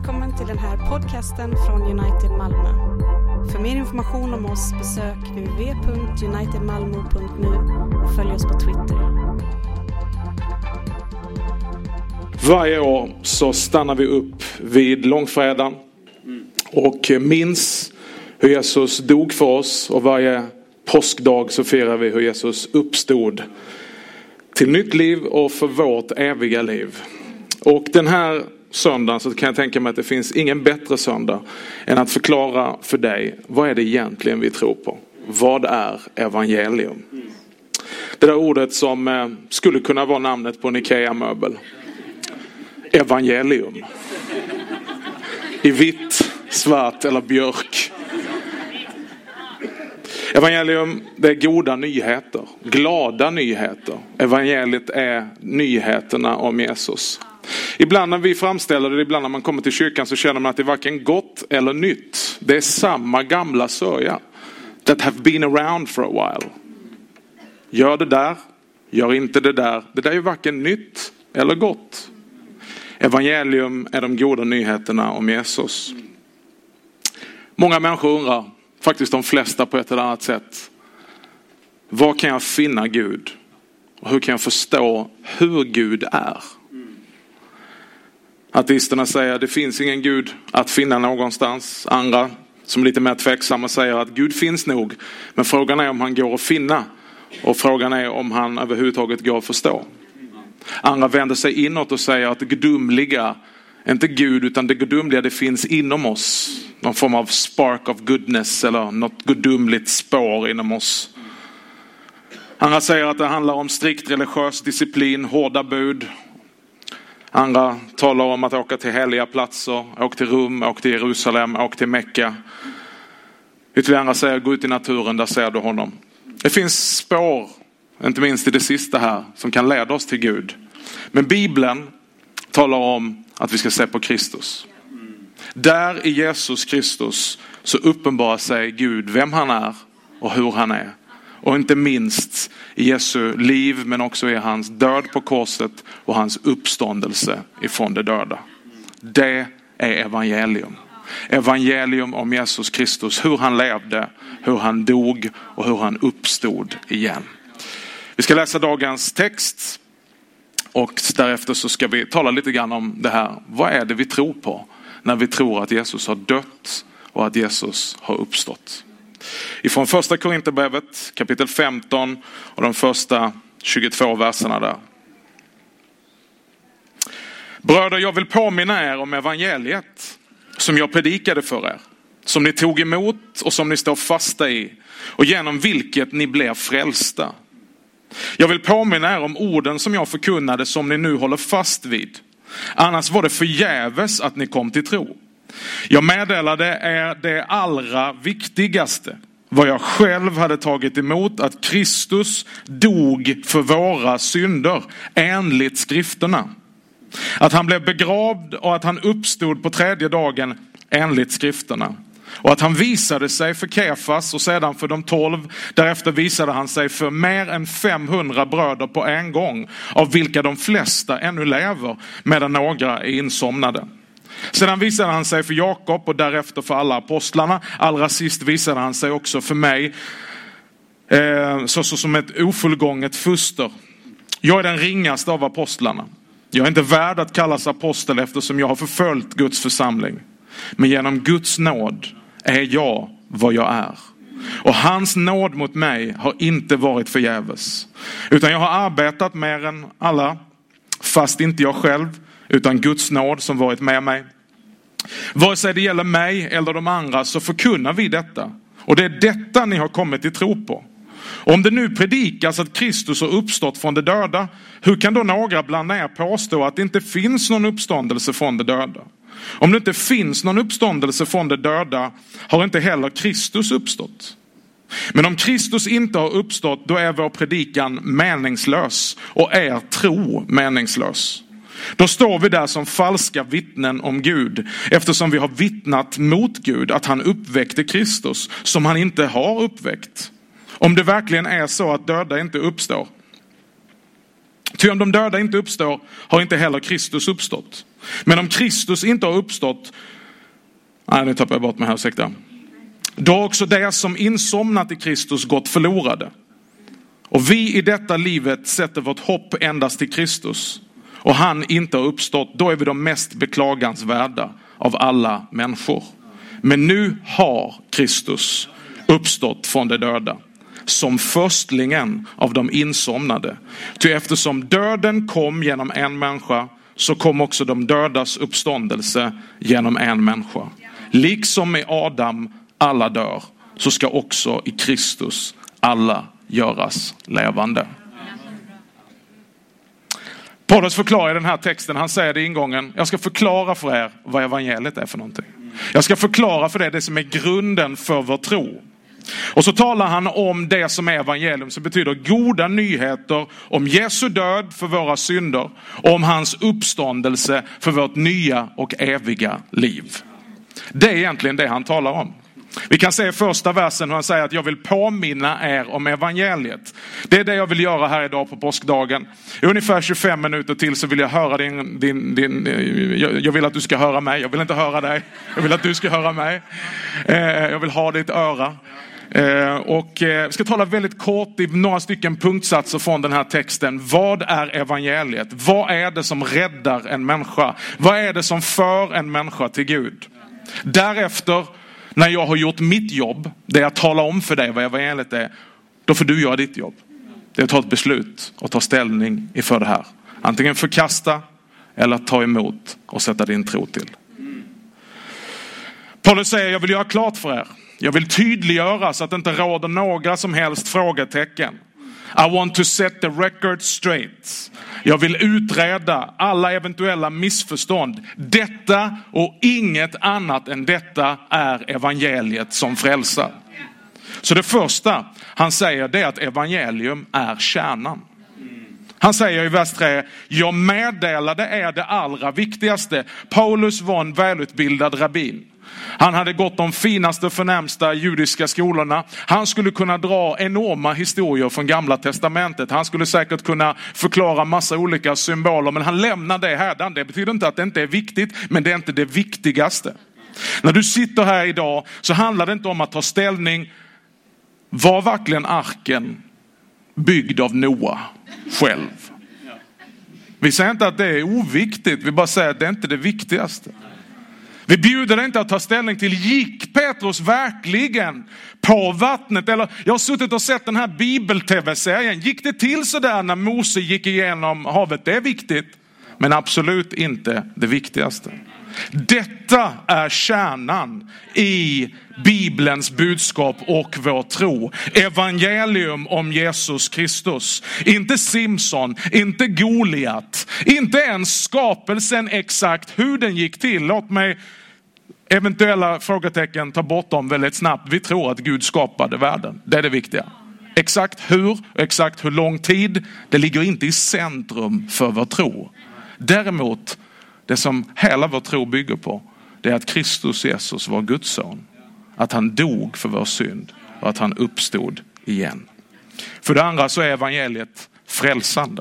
Välkommen till den här podcasten från United Malmö. För mer information om oss besök www.unitedmalmo.nu och följ oss på Twitter. Varje år så stannar vi upp vid långfredagen och minns hur Jesus dog för oss, och varje påskdag så firar vi hur Jesus uppstod till nytt liv och för vårt eviga liv. Och den här söndagen så kan jag tänka mig att det finns ingen bättre söndag än att förklara för dig, vad är det egentligen vi tror på? Vad är evangelium? Det där ordet som skulle kunna vara namnet på en IKEA-möbel. Evangelium. I vitt, svart eller björk. Evangelium, det är goda nyheter, glada nyheter. Evangeliet är nyheterna om Jesus. Ibland när vi framställer det, ibland när man kommer till kyrkan, så känner man att det är varken gott eller nytt. Det är samma gamla sörja. That have been around for a while. Gör det där, gör inte det där. Det där är varken nytt eller gott. Evangelium är de goda nyheterna om Jesus. Många människor undrar, faktiskt de flesta på ett eller annat sätt, var kan jag finna Gud? Och hur kan jag förstå hur Gud är? Ateisterna säger att det finns ingen Gud att finna någonstans. Andra som är lite mer tveksamma säger att Gud finns nog, men frågan är om han går att finna. Och frågan är om han överhuvudtaget går att förstå. Andra vänder sig inåt och säger att det gudomliga, inte Gud utan det gudomliga, det finns inom oss. Någon form av spark of goodness eller något gudomligt spår inom oss. Andra säger att det handlar om strikt religiös disciplin, hårda bud. Andra talar om att åka till heliga platser, åka till Rom, åka till Jerusalem, åka till Mecka. Ytterligare andra säger, gå ut i naturen, där ser du honom. Det finns spår, inte minst i det sista här, som kan leda oss till Gud. Men Bibeln talar om att vi ska se på Kristus. Där i Jesus Kristus så uppenbarar sig Gud, vem han är och hur han är. Och inte minst i Jesu liv, men också i hans död på korset och hans uppståndelse ifrån de döda. Det är evangelium. Evangelium om Jesus Kristus, hur han levde, hur han dog och hur han uppstod igen. Vi ska läsa dagens text och därefter så ska vi tala lite grann om det här. Vad är det vi tror på när vi tror att Jesus har dött och att Jesus har uppstått? Ifrån första Korinthierbrevet kapitel 15 och de första 22 verserna där. Bröder, jag vill påminna er om evangeliet som jag predikade för er, som ni tog emot och som ni står fasta i och genom vilket ni blev frälsta. Jag vill påminna er om orden som jag förkunnade, som ni nu håller fast vid. Annars var det förgäves att ni kom till tro. Jag meddelade er det allra viktigaste, vad jag själv hade tagit emot, att Kristus dog för våra synder enligt skrifterna. Att han blev begravd och att han uppstod på tredje dagen enligt skrifterna. Och att han visade sig för Kefas och sedan för de 12. Därefter visade han sig för mer än 500 bröder på en gång, av vilka de flesta ännu lever medan några är insomnade. Sedan visade han sig för Jakob och därefter för alla apostlarna. Allra sist visade han sig också för mig så som ett ofullgånget foster. Jag är den ringaste av apostlarna. Jag är inte värd att kallas apostel eftersom jag har förföljt Guds församling. Men genom Guds nåd är jag vad jag är. Och hans nåd mot mig har inte varit förgäves. Utan jag har arbetat mer än alla, fast inte jag själv, utan Guds nåd som varit med mig. Vare sig det gäller mig eller de andra så förkunnar vi detta. Och det är detta ni har kommit till tro på. Om det nu predikas att Kristus har uppstått från de döda, hur kan då några bland er påstå att det inte finns någon uppståndelse från de döda? Om det inte finns någon uppståndelse från de döda, har inte heller Kristus uppstått. Men om Kristus inte har uppstått, då är vår predikan meningslös och er tro meningslös. Då står vi där som falska vittnen om Gud, eftersom vi har vittnat mot Gud att han uppväckte Kristus som han inte har uppväckt. Om det verkligen är så att döda inte uppstår. Ty om de döda inte uppstår, har inte heller Kristus uppstått. Men om Kristus inte har uppstått, nu tappar jag bort mig här, ursäkta. Då har också det som insomnat i Kristus gått förlorade. Och vi i detta livet sätter vårt hopp endast till Kristus. Och han inte har uppstått, då är vi de mest beklagansvärda av alla människor. Men nu har Kristus uppstått från de döda, som förstlingen av de insomnade. Ty eftersom döden kom genom en människa, så kom också de dödas uppståndelse genom en människa. Liksom i Adam alla dör, så ska också i Kristus alla göras levande. Paulus förklarar i den här texten, han säger det i ingången: jag ska förklara för er vad evangeliet är för någonting. Jag ska förklara för er det som är grunden för vår tro. Och så talar han om det som är evangelium, som betyder goda nyheter om Jesu död för våra synder och om hans uppståndelse för vårt nya och eviga liv. Det är egentligen det han talar om. Vi kan se i första versen hur han säger att jag vill påminna er om evangeliet. Det är det jag vill göra här idag på påskdagen. I ungefär 25 minuter till så vill jag höra jag vill att du ska höra mig. Jag vill inte höra dig. Jag vill att du ska höra mig. Jag vill ha ditt öra. Vi ska tala väldigt kort i några stycken punktsatser från den här texten. Vad är evangeliet? Vad är det som räddar en människa? Vad är det som för en människa till Gud? Därefter, när jag har gjort mitt jobb, det är att tala om för dig vad evangeliet är, då får du göra ditt jobb. Det är att ta ett beslut och ta ställning inför det här. Antingen förkasta eller ta emot och sätta din tro till. Paulus säger: jag vill göra klart för er. Jag vill tydliggöra så att det inte råder några som helst frågetecken. I want to set the record straight. Jag vill utreda alla eventuella missförstånd. Detta och inget annat än detta är evangeliet som frälsar. Så det första han säger, det är att evangelium är kärnan. Han säger i vers 3: jag meddelade er det allra viktigaste. Paulus var en välutbildad rabbin. Han hade gått de finaste och förnämsta judiska skolorna. Han skulle kunna dra enorma historier från Gamla testamentet. Han skulle säkert kunna förklara massa olika symboler. Men han lämnar det här. Det betyder inte att det inte är viktigt, men det är inte det viktigaste. När du sitter här idag så handlar det inte om att ta ställning. Var verkligen arken byggd av Noa själv? Vi säger inte att det är oviktigt. Vi bara säger att det är inte det viktigaste. Vi bjuder dig inte att ta ställning till: gick Petrus verkligen på vattnet? Eller jag har suttit och sett den här bibel-tv-serien. Gick det till så där när Mose gick igenom havet? Det är viktigt, men absolut inte det viktigaste. Detta är kärnan i Bibelns budskap och vår tro. Evangelium om Jesus Kristus. Inte Simson, inte Goliat, inte ens skapelsen exakt hur den gick till. Låt mig eventuella frågetecken ta bort dem väldigt snabbt. Vi tror att Gud skapade världen. Det är det viktiga. Exakt hur lång tid, det ligger inte i centrum för vår tro. Däremot, det som hela vår tro bygger på, det är att Kristus Jesus var Guds son. Att han dog för vår synd och att han uppstod igen. För det andra så är evangeliet frälsande.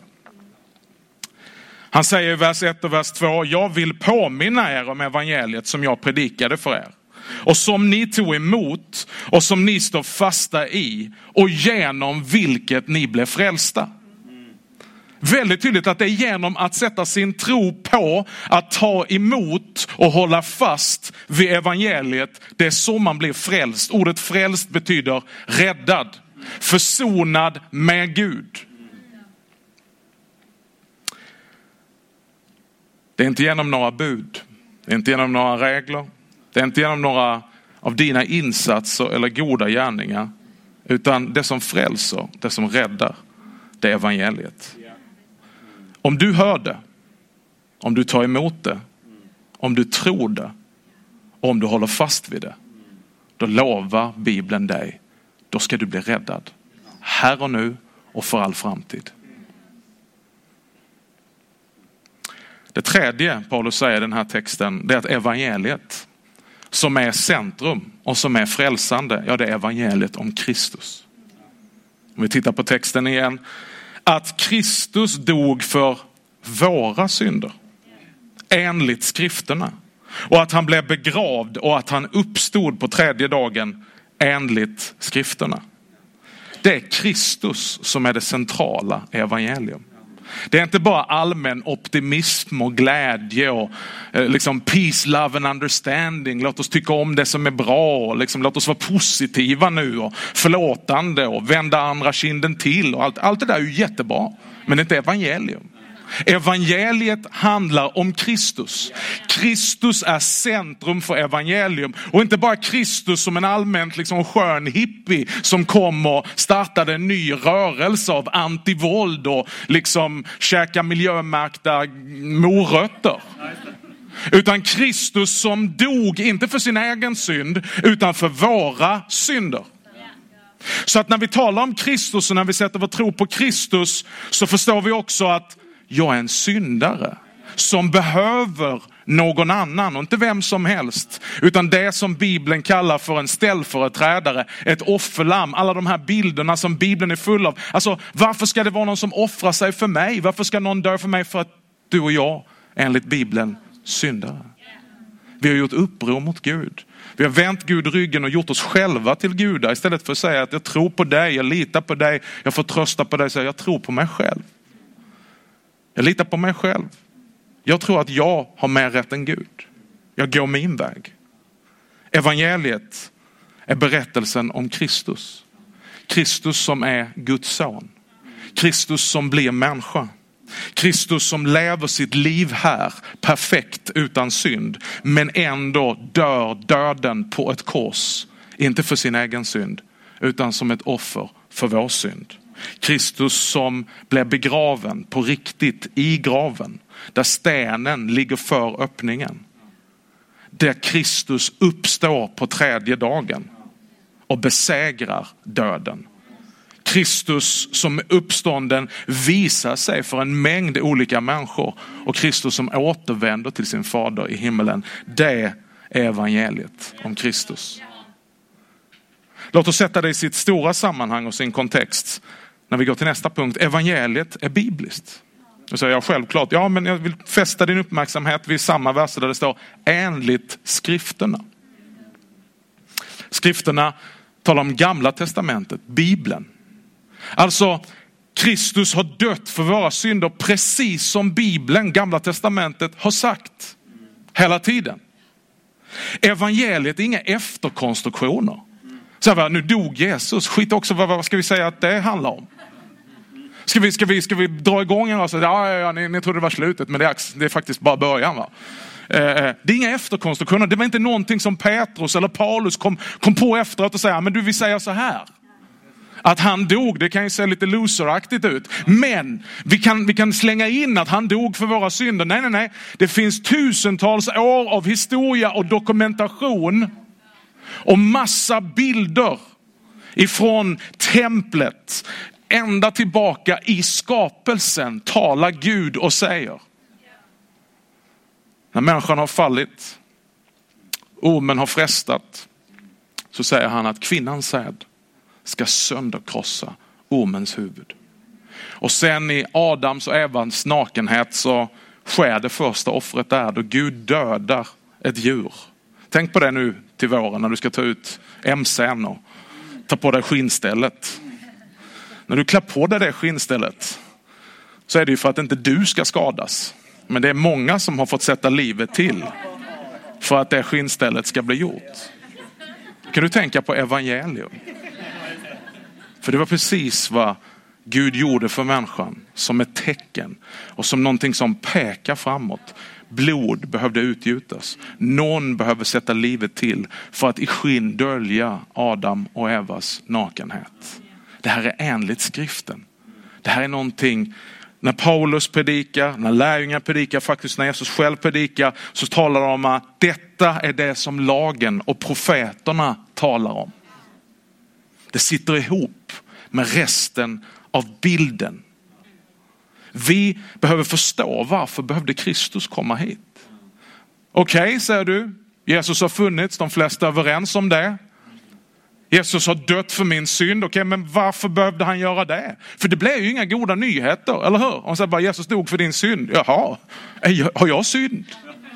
Han säger i vers 1 och vers 2: jag vill påminna er om evangeliet som jag predikade för er. Och som ni tog emot och som ni står fasta i och genom vilket ni blev frälsta. Väldigt tydligt att det är genom att sätta sin tro på, att ta emot och hålla fast vid evangeliet. Det är så man blir frälst. Ordet frälst betyder räddad, försonad med Gud. Det är inte genom några bud, det är inte genom några regler, det är inte genom några av dina insatser eller goda gärningar, utan det som frälser, det som räddar, det är evangeliet. Om du hör det, om du tar emot det, om du tror det och om du håller fast vid det, då lovar Bibeln dig, då ska du bli räddad. Här och nu och för all framtid. Det tredje Paulus säger i den här texten, det är att evangeliet som är centrum och som är frälsande, ja, det är evangeliet om Kristus. Om vi tittar på texten igen. Att Kristus dog för våra synder. enligt skrifterna. Och att han blev begravd och att han uppstod på tredje dagen enligt skrifterna. Det är Kristus som är det centrala i evangelium. Det är inte bara allmän optimism och glädje och liksom peace, love and understanding. Låt oss tycka om det som är bra och liksom, låt oss vara positiva nu och förlåtande och vända andra kinden till. Och allt det där är ju jättebra, men det är inte evangelium. Evangeliet handlar om Kristus. Kristus är centrum för evangelium. Och inte bara Kristus som en allmänt liksom skön hippie som kom och startade en ny rörelse av antivåld och liksom käka miljömärkta morötter. Utan Kristus som dog inte för sin egen synd utan för våra synder. Så att när vi talar om Kristus och när vi sätter vår tro på Kristus så förstår vi också att jag är en syndare som behöver någon annan och inte vem som helst. Utan det som Bibeln kallar för en ställföreträdare, ett offerlamm. Alla de här bilderna som Bibeln är full av. Alltså varför ska det vara någon som offrar sig för mig? Varför ska någon dö för mig? För att du och jag enligt Bibeln syndare. Vi har gjort uppror mot Gud. Vi har vänt Gud ryggen och gjort oss själva till gudar. Istället för att säga att jag tror på dig, jag litar på dig, jag får trösta på dig. Så jag tror på mig själv. Jag litar på mig själv. Jag tror att jag har mer rätt än Gud. Jag går min väg. Evangeliet är berättelsen om Kristus. Kristus som är Guds son. Kristus som blir människa. Kristus som lever sitt liv här perfekt utan synd. Men ändå dör döden på ett kors. Inte för sin egen synd utan som ett offer för vår synd. Kristus som blev begraven på riktigt i graven. Där stenen ligger för öppningen. Där Kristus uppstår på tredje dagen. Och besegrar döden. Kristus som uppstånden visar sig för en mängd olika människor. Och Kristus som återvänder till sin fader i himmelen. Det är evangeliet om Kristus. Låt oss sätta det i sitt stora sammanhang och sin kontext. När vi går till nästa punkt. Evangeliet är bibliskt. Då säger jag självklart. Ja, men jag vill fästa din uppmärksamhet vid samma vers där det står enligt skrifterna. Skrifterna talar om Gamla testamentet, Bibeln. Alltså Kristus har dött för våra synder precis som Bibeln, Gamla testamentet, har sagt. Hela tiden. Evangeliet är inga efterkonstruktioner. Så här, nu dog Jesus. Skit också, vad ska vi säga att det handlar om? Ska vi dra igång en och säga, ja, ni trodde det var slutet, men det är faktiskt bara början, va? Det är inga efterkonstruktioner. Det var inte någonting som Petrus eller Paulus kom på efteråt och säga, men du vill säga så här. Att han dog, det kan ju se lite loseraktigt ut. Men vi kan slänga in att han dog för våra synder. Nej. Det finns tusentals år av historia och dokumentation. Och massa bilder ifrån templet. Ända tillbaka i skapelsen talar Gud och säger. När människan har fallit. Ormen har frestat. Så säger han att kvinnans säd ska sönderkrossa ormens huvud. Och sen i Adams och Evans nakenhet så sker det första offret där. Då Gud dödar ett djur. Tänk på det nu till våren när du ska ta ut MC:n och ta på dig skinnstället. När du klär på dig det skinnstället så är det ju för att inte du ska skadas. Men det är många som har fått sätta livet till för att det skinnstället ska bli gjort. Kan du tänka på evangelium? För det var precis vad Gud gjorde för människan som ett tecken och som någonting som pekar framåt. Blod behövde utgjutas. Någon behöver sätta livet till för att i skinn dölja Adam och Evas nakenhet. Det här är enligt skriften. Det här är någonting, när Paulus predikar, när lärjungar predikar, faktiskt när Jesus själv predikar, så talar de om att detta är det som lagen och profeterna talar om. Det sitter ihop med resten av bilden. Vi behöver förstå varför behövde Kristus komma hit. Okej, säger du. Jesus har funnits, de flesta är överens om det. Jesus har dött för min synd. Okej, men varför behövde han göra det? För det blev ju inga goda nyheter, eller hur? Om säger bara Jesus dog för din synd. Jaha, har jag synd?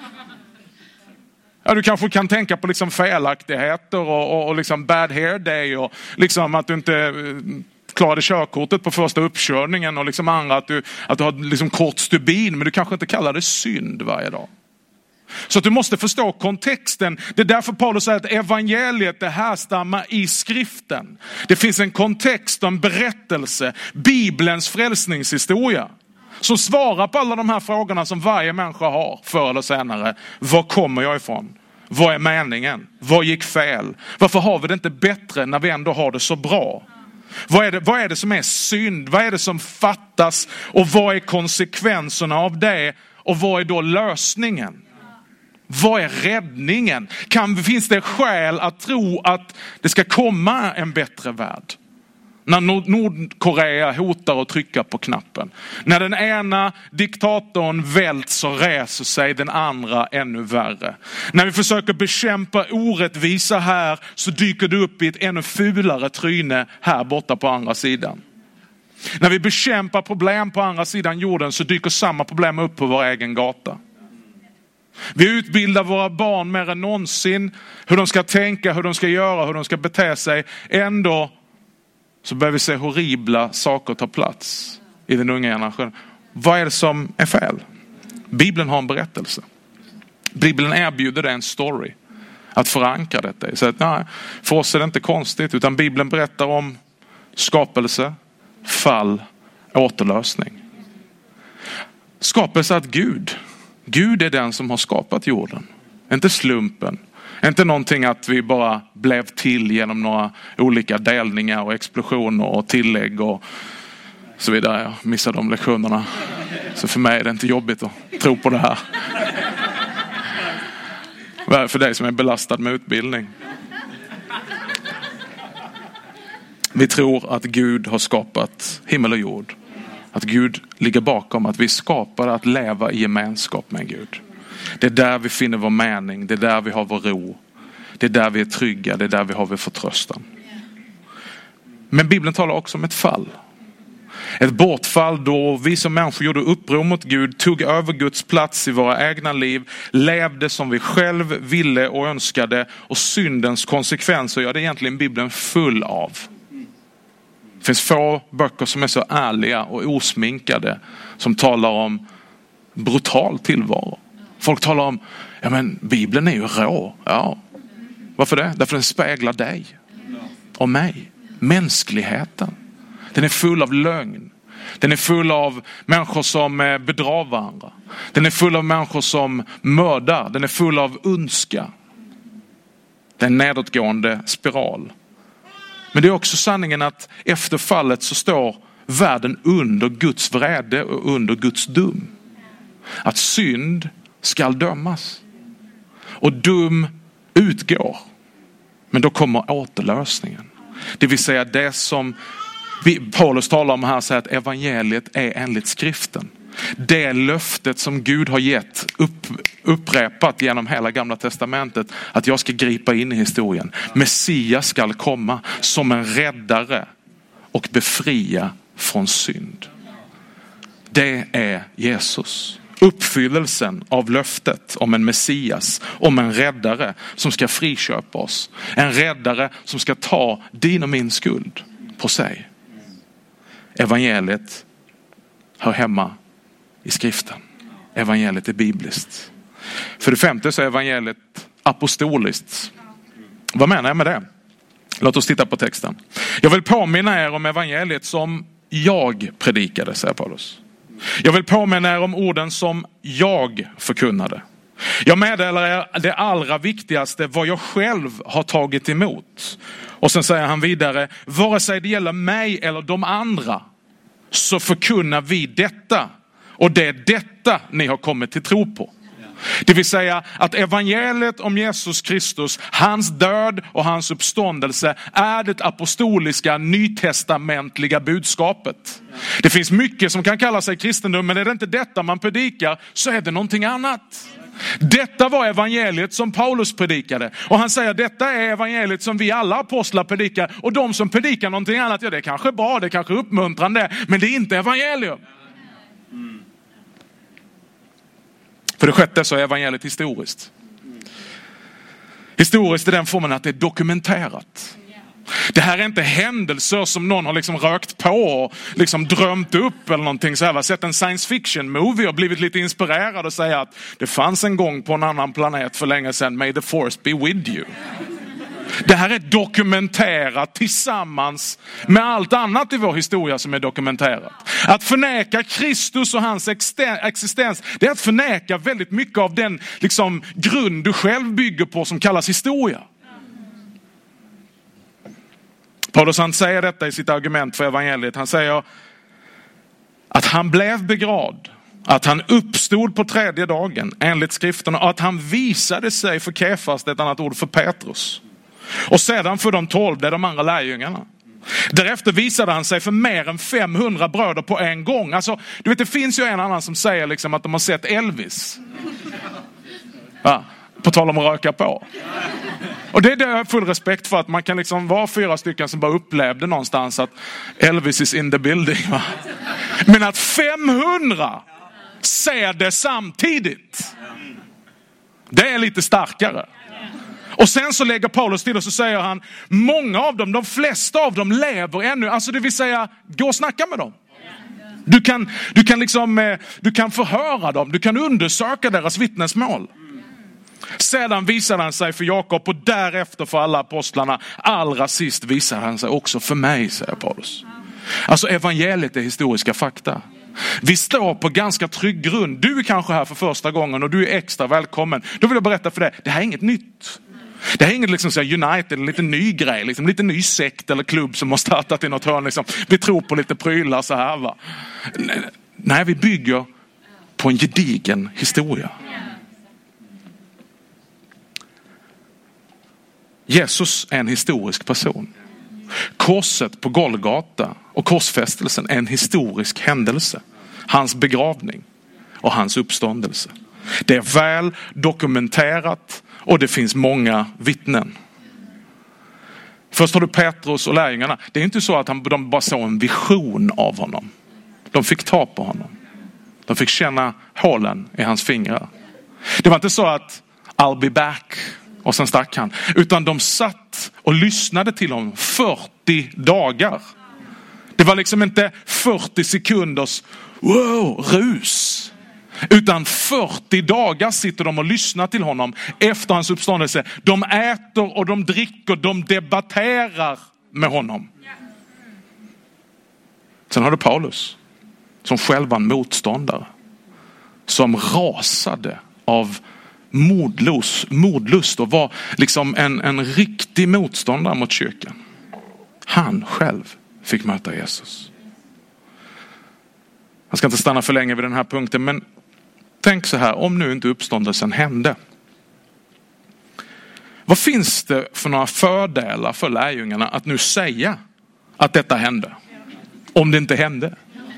Ja, du kanske kan tänka på liksom felaktigheter och liksom bad hair day och liksom att du inte klarade körkortet på första uppkörningen och liksom andra att du har liksom kort stubin, men du kanske inte kallar det synd varje dag. Så att du måste förstå kontexten. Det är därför Paulus säger att evangeliet det härstammar i skriften. Det finns en kontext och en berättelse, Bibelns frälsningshistoria, som svarar på alla de här frågorna som varje människa har förr eller senare. Var kommer jag ifrån? Vad är meningen? Vad gick fel? Varför har vi det inte bättre när vi ändå har det så bra? Vad är det som är synd? Vad är det som fattas? Och vad är konsekvenserna av det? Och vad är då lösningen? Vad är räddningen? Finns det skäl att tro att det ska komma en bättre värld? När Nordkorea hotar att trycka på knappen. När den ena diktatorn välts och reser sig, den andra ännu värre. När vi försöker bekämpa orättvisa här så dyker det upp i ett ännu fulare tryne här borta på andra sidan. När vi bekämpar problem på andra sidan jorden så dyker samma problem upp på vår egen gata. Vi utbildar våra barn mer än någonsin hur de ska tänka, hur de ska göra, hur de ska bete sig. Ändå så börjar vi se horribla saker ta plats i den unga generationen. Vad är det som är fel? Bibeln har en berättelse. Bibeln erbjuder dig en story. Att förankra detta. Så att, nej, för oss är det inte konstigt, utan Bibeln berättar om skapelse, fall, återlösning. Skapelse är att Gud är den som har skapat jorden. Inte slumpen. Inte någonting att vi bara blev till genom några olika delningar och explosioner och tillägg och så vidare. Jag missade de lektionerna. Så för mig är det inte jobbigt att tro på det här. Vad är det för dig som är belastad med utbildning? Vi tror att Gud har skapat himmel och jord. Att Gud ligger bakom att vi skapar att leva i gemenskap med Gud. Det är där vi finner vår mening. Det är där vi har vår ro. Det är där vi är trygga. Det är där vi har vår förtröstan. Men Bibeln talar också om ett fall. Ett bortfall då vi som människor gjorde uppror mot Gud, tog över Guds plats i våra egna liv, levde som vi själv ville och önskade, och syndens konsekvenser gör det egentligen Bibeln full av. Det finns få böcker som är så ärliga och osminkade som talar om brutal tillvaro. Folk talar om, ja men Bibeln är ju rå. Ja. Varför det? Därför den speglar dig och mig. Mänskligheten. Den är full av lögn. Den är full av människor som bedrar varandra. Den är full av människor som mördar. Den är full av ondska. Det är en nedåtgående spiral. Men det är också sanningen att efter fallet så står världen under Guds vrede och under Guds dom. Att synd ska dömas. Och dom utgår. Men då kommer återlösningen. Det vill säga det som Paulus talar om här, säger att evangeliet är enligt skriften. Det löftet som Gud har gett upprepat genom hela gamla testamentet, att jag ska gripa in i historien. Messias ska komma som en räddare och befria från synd. Det är Jesus. Uppfyllelsen av löftet om en Messias, om en räddare som ska friköpa oss. En räddare som ska ta din och min skuld på sig. Evangeliet hör hemma i skriften. Evangeliet är bibliskt. För det femte så är evangeliet apostoliskt. Vad menar jag med det? Låt oss titta på texten. Jag vill påminna er om evangeliet som jag predikade, säger Paulus. Jag vill påminna er om orden som jag förkunnade. Jag meddelar er det allra viktigaste, vad jag själv har tagit emot. Och sen säger han vidare, vare sig det gäller mig eller de andra, så förkunnar vi detta. Och det är detta ni har kommit till tro på. Det vill säga att evangeliet om Jesus Kristus, hans död och hans uppståndelse är det apostoliska nytestamentliga budskapet. Det finns mycket som kan kalla sig kristendom, men är det inte detta man predikar så är det någonting annat. Detta var evangeliet som Paulus predikade. Och han säger detta är evangeliet som vi alla apostlar predikar. Och de som predikar någonting annat, ja det är kanske bra, det är kanske uppmuntrande. Men det är inte evangelium. För det sjätte så är evangeliet historiskt. Historiskt i den formen att det är dokumenterat. Det här är inte händelser som någon har liksom rökt på och liksom drömt upp eller någonting så här. Sett en science fiction movie och blivit lite inspirerad och säga att det fanns en gång på en annan planet för länge sedan. May the force be with you. Det här är dokumenterat tillsammans med allt annat i vår historia som är dokumenterat. Att förneka Kristus och hans existens, det är att förneka väldigt mycket av den liksom grund du själv bygger på som kallas historia. Paulus han säger detta i sitt argument för evangeliet. Han säger att han blev begravd, att han uppstod på tredje dagen enligt skrifterna och att han visade sig för Kefas, det är ett annat ord för Petrus. Och sedan för de 12, det är de andra lärjungarna. Därefter visade han sig för mer än 500 bröder på en gång. Alltså, du vet det finns ju en annan som säger liksom att de har sett Elvis. Ja, på tal om att röka på. Och det är jag full respekt för att man kan liksom vara 4 stycken som bara upplevde någonstans att Elvis is in the building. Va? Men att 500 ser det samtidigt. Det är lite starkare. Och sen så lägger Paulus till och så säger han, många av dem, de flesta av dem lever ännu. Alltså det vill säga, gå och snacka med dem. Du kan förhöra dem, du kan undersöka deras vittnesmål. Sedan visar han sig för Jakob och därefter för alla apostlarna. Allra sist visar han sig också för mig, säger Paulus. Alltså evangeliet är historiska fakta. Vi står på ganska trygg grund. Du är kanske här för första gången och du är extra välkommen. Då vill jag berätta för dig, det här är inget nytt. Det här är inget liksom så här United, en liten ny grej, liksom, lite ny sekt eller klubb som har startat i något hörn. Liksom. Vi tror på lite prylar så här va. Nej, vi bygger på en gedigen historia. Jesus är en historisk person. Korset på Golgata och korsfästelsen är en historisk händelse. Hans begravning och hans uppståndelse. Det är väl dokumenterat och det finns många vittnen. Först har du Petrus och lärjungarna. Det är inte så att de bara såg en vision av honom. De fick ta på honom. De fick känna hålen i hans fingrar. Det var inte så att I'll be back och sen stack han. Utan de satt och lyssnade till honom 40 dagar. Det var liksom inte 40 sekunders rus. Utan 40 dagar sitter de och lyssnar till honom efter hans uppståndelse. De äter och de dricker, de debatterar med honom. Sen har du Paulus som själv var en motståndare. Som rasade av modlust och var liksom en riktig motståndare mot kyrkan. Han själv fick möta Jesus. Jag ska inte stanna för länge vid den här punkten, men tänk så här, om nu inte uppståndelsen hände. Vad finns det för några fördelar för lärjungarna att nu säga att detta hände? Om det inte hände.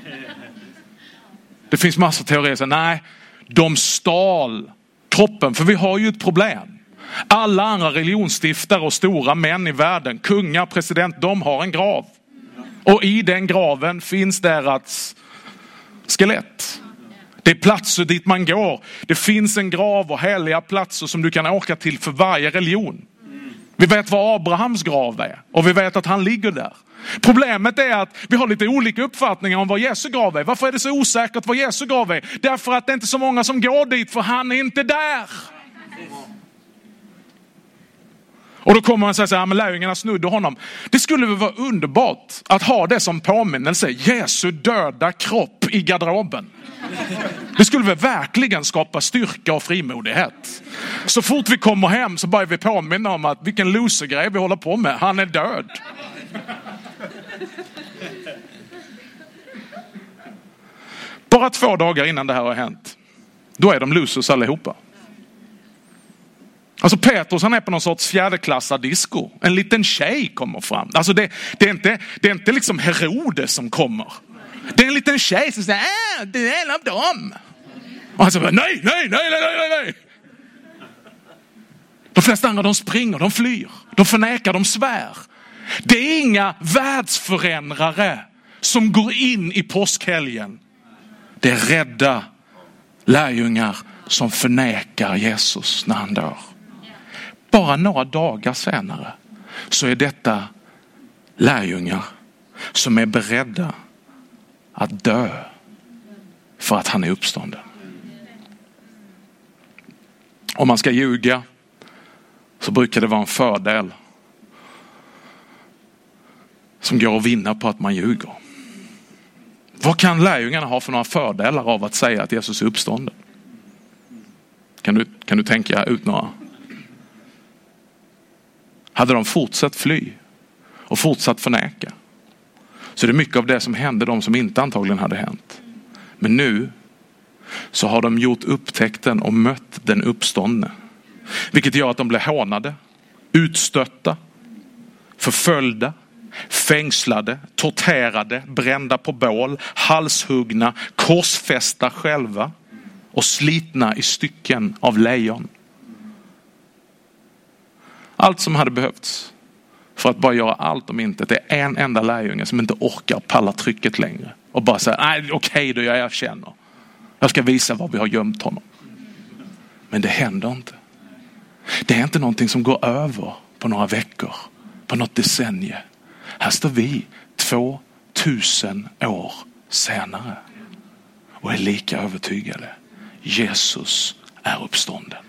Det finns massa teorier som nej, de stal kroppen, för vi har ju ett problem. Alla andra religionsstiftare och stora män i världen, kungar, president, de har en grav. Och i den graven finns deras skelett. Det är platser dit man går. Det finns en grav och heliga platser som du kan åka till för varje religion. Vi vet vad Abrahams grav är och vi vet att han ligger där. Problemet är att vi har lite olika uppfattningar om vad Jesu grav är. Varför är det så osäkert vad Jesu grav är? Därför att det är inte så många som går dit, för han är inte där. Och då kommer man säga så här, men lärjungarna snudde honom. Det skulle väl vara underbart att ha det som påminnelse. Jesu döda kropp i garderoben. Det skulle väl verkligen skapa styrka och frimodighet. Så fort vi kommer hem så börjar vi påminna om att vilken losergrej vi håller på med. Han är död. Bara 2 dagar innan det här har hänt, då är de losers allihopa. Alltså Petrus, han är på någon sorts 4-klassad disco. En liten tjej kommer fram. Alltså det är inte liksom Herodes som kommer. Det är en liten tjej som säger, det är en av dem. Och han säger, nej. De flesta andra, de springer, de flyr, de förnekar, de svär. Det är inga världsförändrare som går in i påskhelgen. Det är rädda lärjungar som förnekar Jesus när han dör. Bara några dagar senare så är detta lärjungar som är beredda att dö för att han är uppstånden. Om man ska ljuga så brukar det vara en fördel som går att vinna på att man ljuger. Vad kan lärjungarna ha för några fördelar av att säga att Jesus är uppstånden? Kan du tänka ut några? Hade de fortsatt fly och fortsatt förneka, så det är mycket av det som hände de som inte antagligen hade hänt. Men nu så har de gjort upptäckten och mött den uppståndne. Vilket gör att de blir hånade, utstötta, förföljda, fängslade, torterade, brända på bål, halshuggna, korsfästa själva och slitna i stycken av lejon. Allt som hade behövts för att bara göra allt om inte. Det är en enda lärjunge som inte orkar palla trycket längre och bara säger, nej okej då, jag erkänner. Jag ska visa var vi har gömt honom. Men det händer inte. Det är inte någonting som går över på några veckor, på något decennium. Här står vi 2000 år senare och är lika övertygade. Jesus är uppstånden.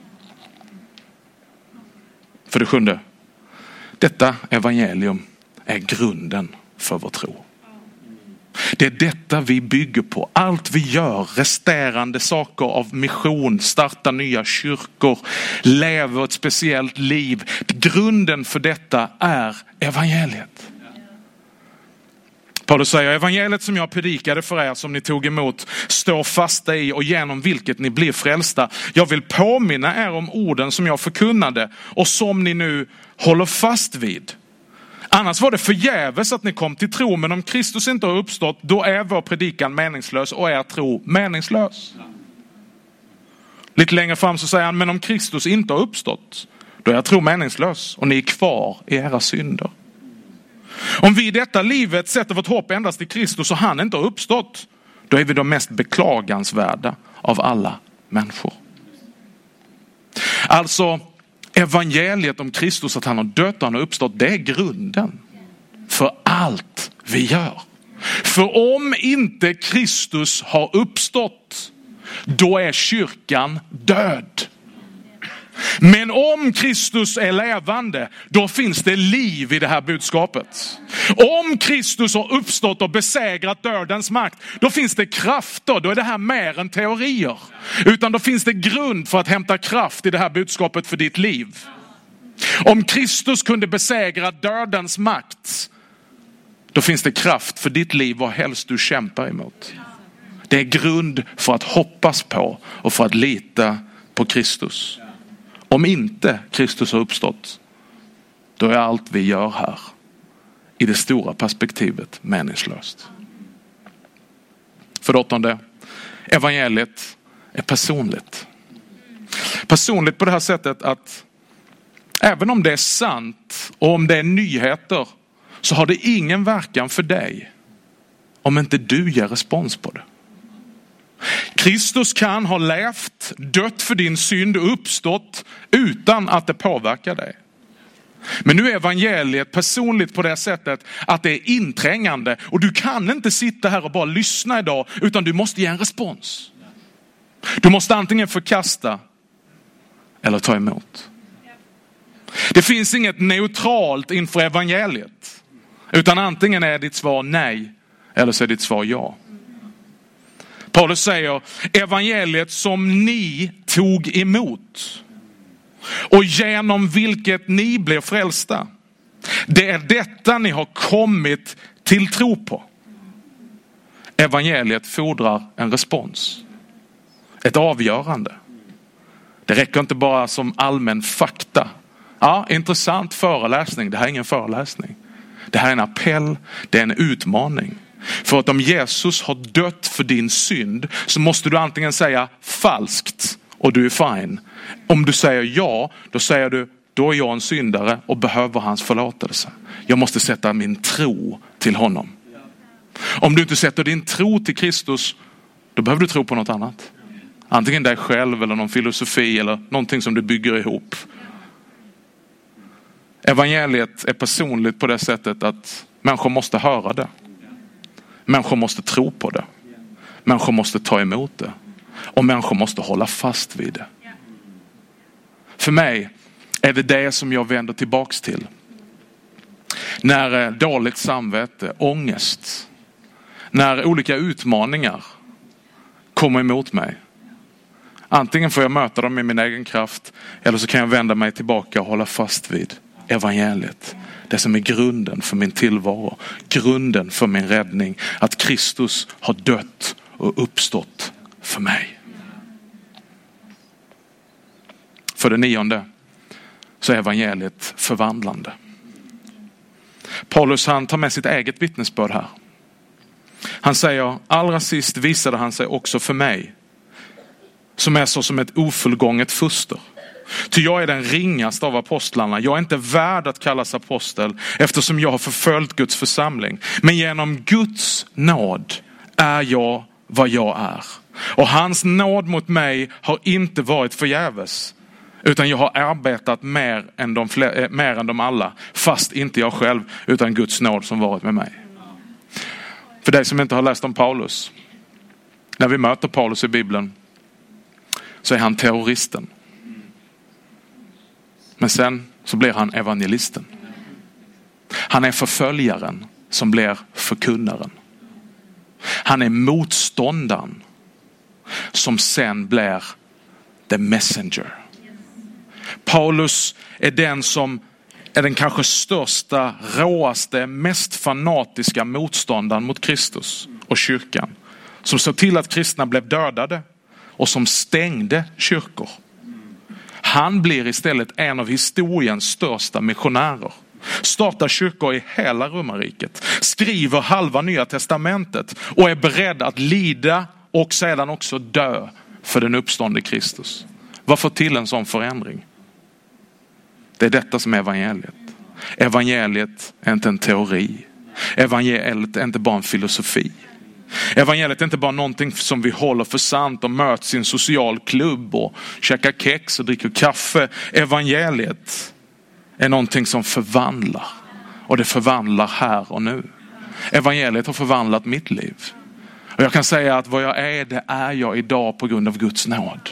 För det sjunde. Detta evangelium är grunden för vår tro. Det är detta vi bygger på. Allt vi gör, resterande saker av mission, starta nya kyrkor, leva ett speciellt liv. Grunden för detta är evangeliet. Paulus säger, evangeliet som jag predikade för er, som ni tog emot, står fasta i och genom vilket ni blir frälsta. Jag vill påminna er om orden som jag förkunnade och som ni nu håller fast vid. Annars var det förgäves att ni kom till tro, men om Kristus inte har uppstått, då är vår predikan meningslös och er tro meningslös. Lite längre fram så säger han, men om Kristus inte har uppstått, då är er tro meningslös och ni är kvar i era synder. Om vi i detta livet sätter vårt hopp endast i Kristus och han inte har uppstått, då är vi de mest beklagansvärda av alla människor. Alltså, evangeliet om Kristus, att han har dött och han har uppstått, det är grunden för allt vi gör. För om inte Kristus har uppstått, då är kyrkan död. Men om Kristus är levande, då finns det liv i det här budskapet. Om Kristus har uppstått och besegrat dödens makt, då finns det krafter. Då är det här mer än teorier. Utan då finns det grund för att hämta kraft i det här budskapet för ditt liv. Om Kristus kunde besegra dödens makt, då finns det kraft för ditt liv vad helst du kämpar emot. Det är grund för att hoppas på och för att lita på Kristus. Om inte Kristus har uppstått, då är allt vi gör här i det stora perspektivet meningslöst. För det åttonde, evangeliet är personligt. Personligt på det här sättet att även om det är sant och om det är nyheter, så har det ingen verkan för dig om inte du ger respons på det. Kristus kan ha levt, dött för din synd och uppstått utan att det påverkar dig. Men nu är evangeliet personligt på det sättet att det är inträngande. Och du kan inte sitta här och bara lyssna idag, utan du måste ge en respons. Du måste antingen förkasta eller ta emot. Det finns inget neutralt inför evangeliet. Utan antingen är ditt svar nej eller så är ditt svar ja. Paulus säger, evangeliet som ni tog emot och genom vilket ni blev frälsta, det är detta ni har kommit till tro på. Evangeliet fordrar en respons. Ett avgörande. Det räcker inte bara som allmän fakta. Ja, intressant föreläsning. Det här är ingen föreläsning. Det här är en appell, det är en utmaning. För att om Jesus har dött för din synd, så måste du antingen säga falskt och du är fine. Om du säger ja, då säger du, då är jag en syndare och behöver hans förlåtelse. Jag måste sätta min tro till honom. Om du inte sätter din tro till Kristus, då behöver du tro på något annat. Antingen dig själv eller någon filosofi eller någonting som du bygger ihop. Evangeliet är personligt på det sättet att människor måste höra det. Människor måste tro på det. Människor måste ta emot det. Och människor måste hålla fast vid det. För mig är det som jag vänder tillbaks till. När dåligt samvete, ångest, när olika utmaningar kommer emot mig. Antingen får jag möta dem i min egen kraft, eller så kan jag vända mig tillbaka och hålla fast vid evangeliet. Det som är grunden för min tillvaro, grunden för min räddning. Att Kristus har dött och uppstått för mig. För det 9:e så är evangeliet förvandlande. Paulus, han tar med sitt eget vittnesbörd här. Han säger, allra sist visade han sig också för mig, som är så som ett ofullgånget foster. Ty jag är den ringaste av apostlarna. Jag är inte värd att kallas apostel, eftersom jag har förföljt Guds församling. Men genom Guds nåd är jag vad jag är. Och hans nåd mot mig har inte varit förgäves, utan jag har arbetat mer än de alla, fast inte jag själv, utan Guds nåd som varit med mig. För dig som inte har läst om Paulus, när vi möter Paulus i Bibeln så är han terroristen. Men sen så blir han evangelisten. Han är förföljaren som blir förkunnaren. Han är motståndaren som sen blir the messenger. Paulus är den som är den kanske största, råaste, mest fanatiska motståndaren mot Kristus och kyrkan. Som såg till att kristna blev dödade och som stängde kyrkor. Han blir istället en av historiens största missionärer. Startar kyrkor i hela romarriket. Skriver halva Nya testamentet och är beredd att lida och sedan också dö för den uppståndne Kristus. Varför till en sån förändring? Det är detta som är evangeliet. Evangeliet är inte en teori. Evangeliet är inte bara en filosofi. Evangeliet är inte bara någonting som vi håller för sant och möts i en social klubb och käkar kex och dricker kaffe. Evangeliet är någonting som förvandlar. Och det förvandlar här och nu. Evangeliet har förvandlat mitt liv. Och jag kan säga att vad jag är, det är jag idag på grund av Guds nåd.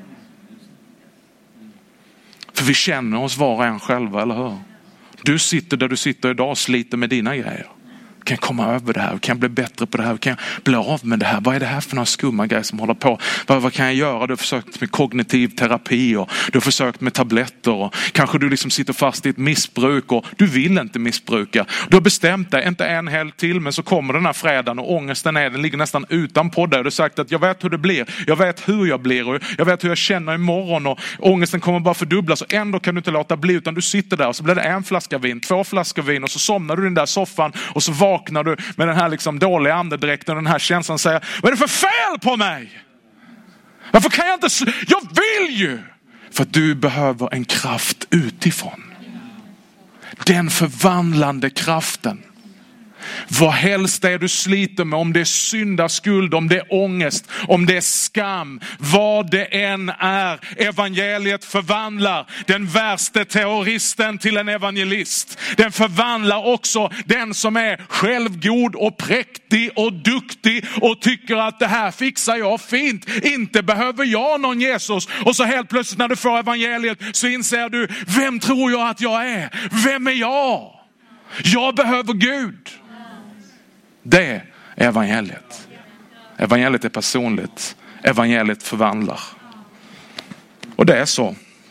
För vi känner oss var och en själva, eller hur? Du sitter där du sitter idag och sliter med dina grejer. Kan jag komma över det här? Kan jag bli bättre på det här? Kan jag bli av med det här? Vad är det här för några skumma grejer som håller på? Vad kan jag göra? Du har försökt med kognitiv terapi och du har försökt med tabletter och kanske du liksom sitter fast i ett missbruk och du vill inte missbruka. Du har bestämt dig, inte en helg till, men så kommer den här fredagen och ångesten den ligger nästan utanpå dig. Du har sagt att jag vet hur det blir. Jag vet hur jag blir och jag vet hur jag känner imorgon och ångesten kommer bara fördubblas och ändå kan du inte låta bli utan du sitter där och så blir det 1 flaska vin, 2 flaskor vin och så somnar du i den där soffan och så vaknar du med den här liksom dåliga andedräkten och den här känslan säger, vad är det för fel på mig? Varför kan jag inte? Jag vill ju! För att du behöver en kraft utifrån. Den förvandlande kraften. Vad helst det är du sliter med, om det är syndaskuld, om det är ångest, om det är skam, vad det än är, evangeliet förvandlar den värsta terroristen till en evangelist. Den förvandlar också den som är självgod och präktig och duktig och tycker att det här fixar jag fint. Inte behöver jag någon Jesus. Och så helt plötsligt när du får evangeliet så inser du, vem tror jag att jag är? Vem är jag? Jag behöver Gud. Det är evangeliet. Evangeliet är personligt. Evangeliet förvandlar. Och det är så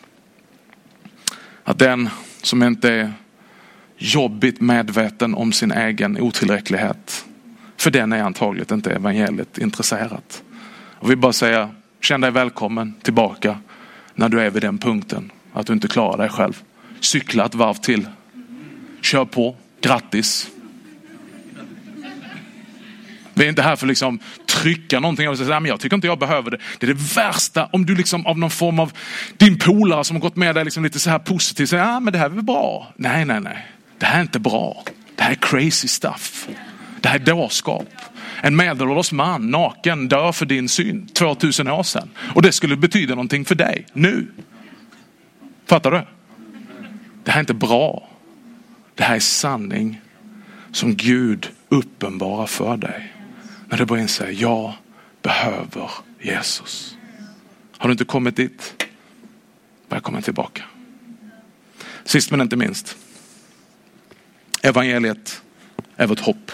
att den som inte är jobbigt medveten om sin egen otillräcklighet, för den är antagligen inte evangeliet intresserat. Och vi bara säger, känn dig välkommen tillbaka när du är vid den punkten att du inte klarar dig själv. Cykla ett varv till. Kör på. Grattis. Vi är inte här för liksom trycka någonting och säga, men jag tycker inte jag behöver det. Det är det värsta om du liksom av någon form av din polare som har gått med dig liksom lite så här positivt säger, men det här är väl bra. Nej. Det här är inte bra. Det här är crazy stuff. Det här är dårskap. En medelålders man, naken, dör för din synd 2000 år sedan. Och det skulle betyda någonting för dig nu. Fattar du? Det här är inte bra. Det här är sanning som Gud uppenbarar för dig. När du börjar inse, jag behöver Jesus. Har du inte kommit dit? Välkommen tillbaka. Sist men inte minst. Evangeliet är vårt hopp.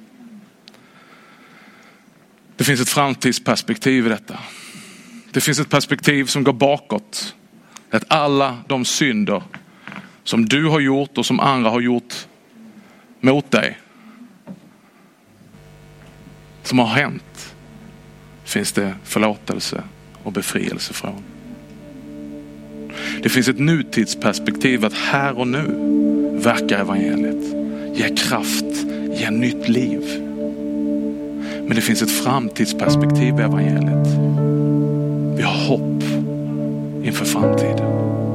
Det finns ett framtidsperspektiv i detta. Det finns ett perspektiv som går bakåt. Att alla de synder som du har gjort och som andra har gjort mot dig, som har hänt, finns det förlåtelse och befrielse från. Det finns ett nutidsperspektiv att här och nu verkar evangeliet. Ge kraft, ge nytt liv. Men det finns ett framtidsperspektiv i evangeliet. Vi har hopp inför framtiden.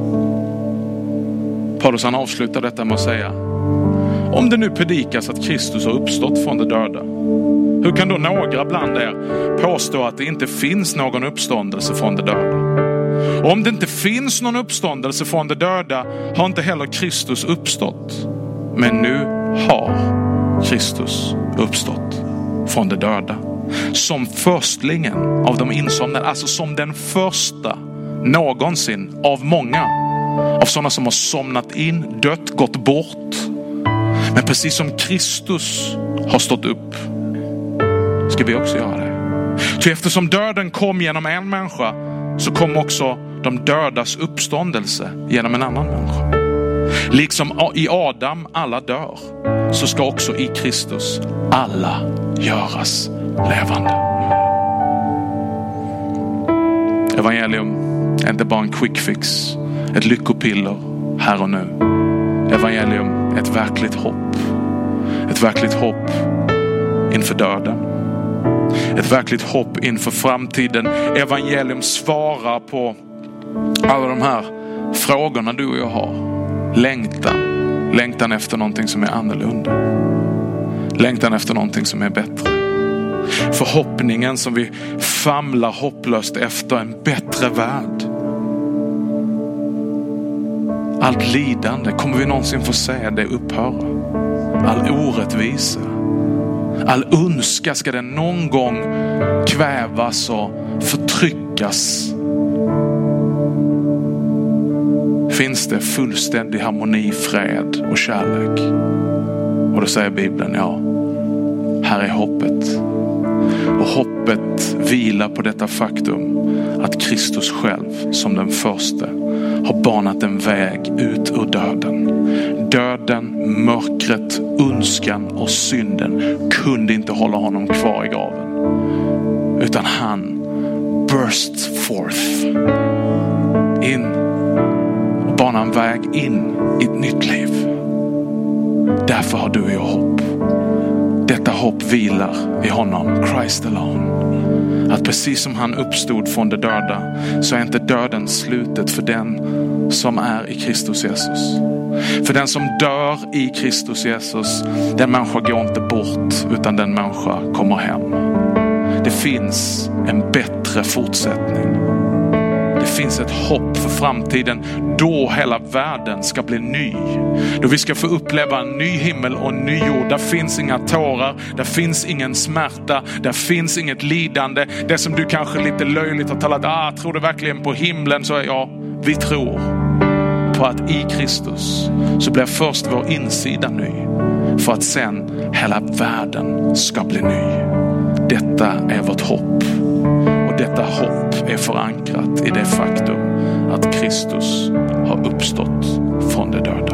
Paulus han avslutar detta med att säga, om det nu predikas att Kristus har uppstått från de döda, hur kan då några bland er påstå att det inte finns någon uppståndelse från de döda? Och om det inte finns någon uppståndelse från de döda har inte heller Kristus uppstått. Men nu har Kristus uppstått från de döda. Som förstlingen av de insomnade, alltså som den första någonsin av många. Av sådana som har somnat in, dött, gått bort. Men precis som Kristus har stått upp ska vi också göra det. Ty eftersom döden kom genom en människa så kom också de dödas uppståndelse genom en annan människa. Liksom i Adam alla dör, så ska också i Kristus alla göras levande. Evangelium är inte bara en quick fix, ett lyckopiller här och nu. Evangelium är ett verkligt hopp. Ett verkligt hopp inför döden. Ett verkligt hopp inför framtiden. Evangelium svarar på alla de här frågorna du och jag har. Längtan efter någonting som är annorlunda. Längtan efter någonting som är bättre. Förhoppningen som vi famlar hopplöst efter en bättre värld. Allt lidande, kommer vi någonsin få se det upphöra? All orättvisa, all ondska, ska den någon gång kvävas och förtryckas? Finns det fullständig harmoni, fred och kärlek? Och då säger Bibeln, ja, här är hoppet. Och hoppet vilar på detta faktum att Kristus själv som den första har banat en väg ut ur döden. Döden, mörkret, ondskan och synden kunde inte hålla honom kvar i graven. Utan han burst forth in och banade en väg in i ett nytt liv. Därför har du och jag hopp. Detta hopp vilar i honom, Christ alone. Att precis som han uppstod från de döda så är inte döden slutet för den som är i Kristus Jesus. För den som dör i Kristus Jesus, den människa går inte bort utan den människa kommer hem. Det finns en bättre fortsättning. Det finns ett hopp för framtiden då hela världen ska bli ny. Då vi ska få uppleva en ny himmel och en ny jord. Där finns inga tårar, där finns ingen smärta, där finns inget lidande. Det som du kanske lite löjligt har talat, tror du verkligen på himlen? Så ja, vi tror på att i Kristus så blir först vår insida ny. För att sen hela världen ska bli ny. Detta är vårt hopp. Och detta hopp är förankrat i det faktum att Kristus har uppstått från de döda.